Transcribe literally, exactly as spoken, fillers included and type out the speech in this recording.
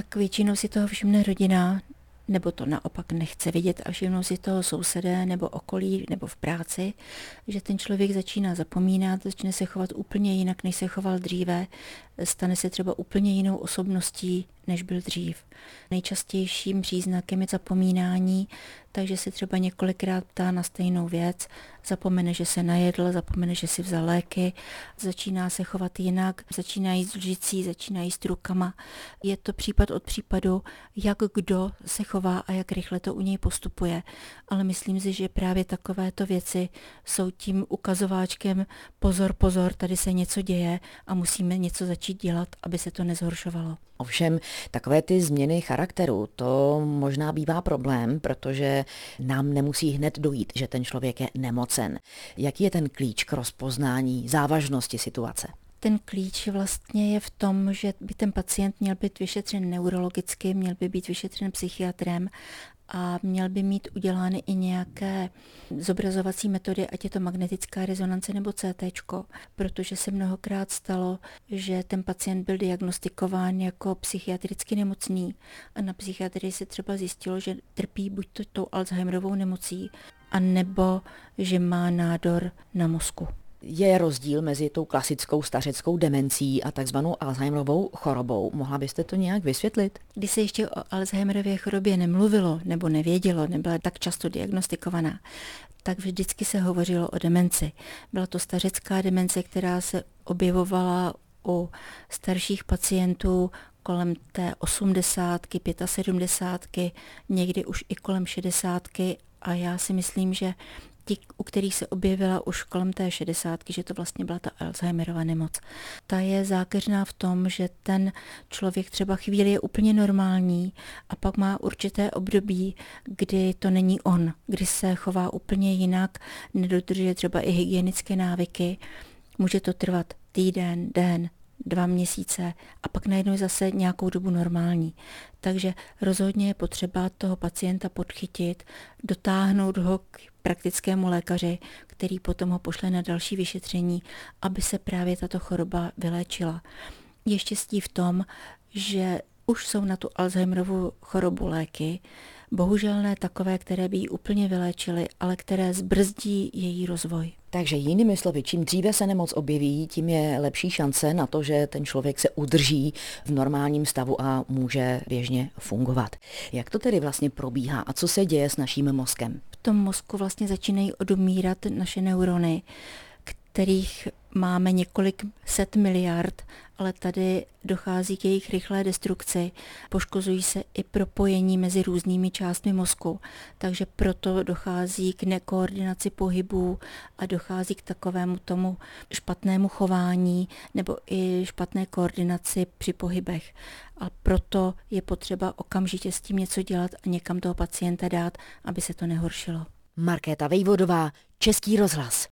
Tak většinou si toho všimne rodina, nebo to naopak nechce vidět a všimnou si toho sousedé nebo okolí nebo v práci, že ten člověk začíná zapomínat, začne se chovat úplně jinak, než se choval dříve, stane se třeba úplně jinou osobností, než byl dřív. Nejčastějším příznakem je zapomínání, takže se třeba několikrát ptá na stejnou věc, zapomene, že se najedl, zapomene, že si vzal léky, začíná se chovat jinak, začíná jíst lžicí, začíná jíst rukama. Je to případ od případu, jak kdo se chová a jak rychle to u něj postupuje. Ale myslím si, že právě takovéto věci jsou tím ukazováčkem pozor, pozor, tady se něco děje a musíme něco začít dělat, aby se to nezhoršovalo. Ovšem, takové ty změny charakteru, to možná bývá problém, protože nám nemusí hned dojít, že ten člověk je nemocen. Jaký je ten klíč k rozpoznání závažnosti situace? Ten klíč vlastně je v tom, že by ten pacient měl být vyšetřen neurologicky, měl by být vyšetřen psychiatrem a měl by mít udělány i nějaké zobrazovací metody, ať je to magnetická rezonance nebo C T čko, protože se mnohokrát stalo, že ten pacient byl diagnostikován jako psychiatricky nemocný a na psychiatrii se třeba zjistilo, že trpí buď to tou Alzheimerovou nemocí, anebo že má nádor na mozku. Je rozdíl mezi tou klasickou stařeckou demencí a takzvanou Alzheimerovou chorobou. Mohla byste to nějak vysvětlit? Když se ještě o Alzheimerově chorobě nemluvilo nebo nevědělo, nebyla tak často diagnostikovaná, tak vždycky se hovořilo o demenci. Byla to stařecká demence, která se objevovala u starších pacientů kolem té osmdesátky, sedmdesátky, někdy už i kolem šedesátky a já si myslím, že ti, u kterých se objevila už kolem té šedesátky, že to vlastně byla ta Alzheimerova nemoc. Ta je zákeřná v tom, že ten člověk třeba chvíli je úplně normální a pak má určité období, kdy to není on, kdy se chová úplně jinak, nedodržuje třeba i hygienické návyky. Může to trvat týden, den, dva měsíce a pak najednou zase nějakou dobu normální. Takže rozhodně je potřeba toho pacienta podchytit, dotáhnout ho k praktickému lékaři, který potom ho pošle na další vyšetření, aby se právě tato choroba vyléčila. Je štěstí v tom, že už jsou na tu Alzheimerovu chorobu léky, bohužel ne takové, které by ji úplně vyléčily, ale které zbrzdí její rozvoj. Takže jinými slovy, čím dříve se nemoc objeví, tím je lepší šance na to, že ten člověk se udrží v normálním stavu a může běžně fungovat. Jak to tedy vlastně probíhá a co se děje s naším mozkem? V tom mozku vlastně začínají odumírat naše neurony, kterých máme několik set miliard, ale tady dochází k jejich rychlé destrukci. Poškozují se i propojení mezi různými částmi mozku, takže proto dochází k nekoordinaci pohybů a dochází k takovému tomu špatnému chování nebo i špatné koordinaci při pohybech. A proto je potřeba okamžitě s tím něco dělat a někam toho pacienta dát, aby se to nehoršilo. Markéta Vejvodová, Český rozhlas.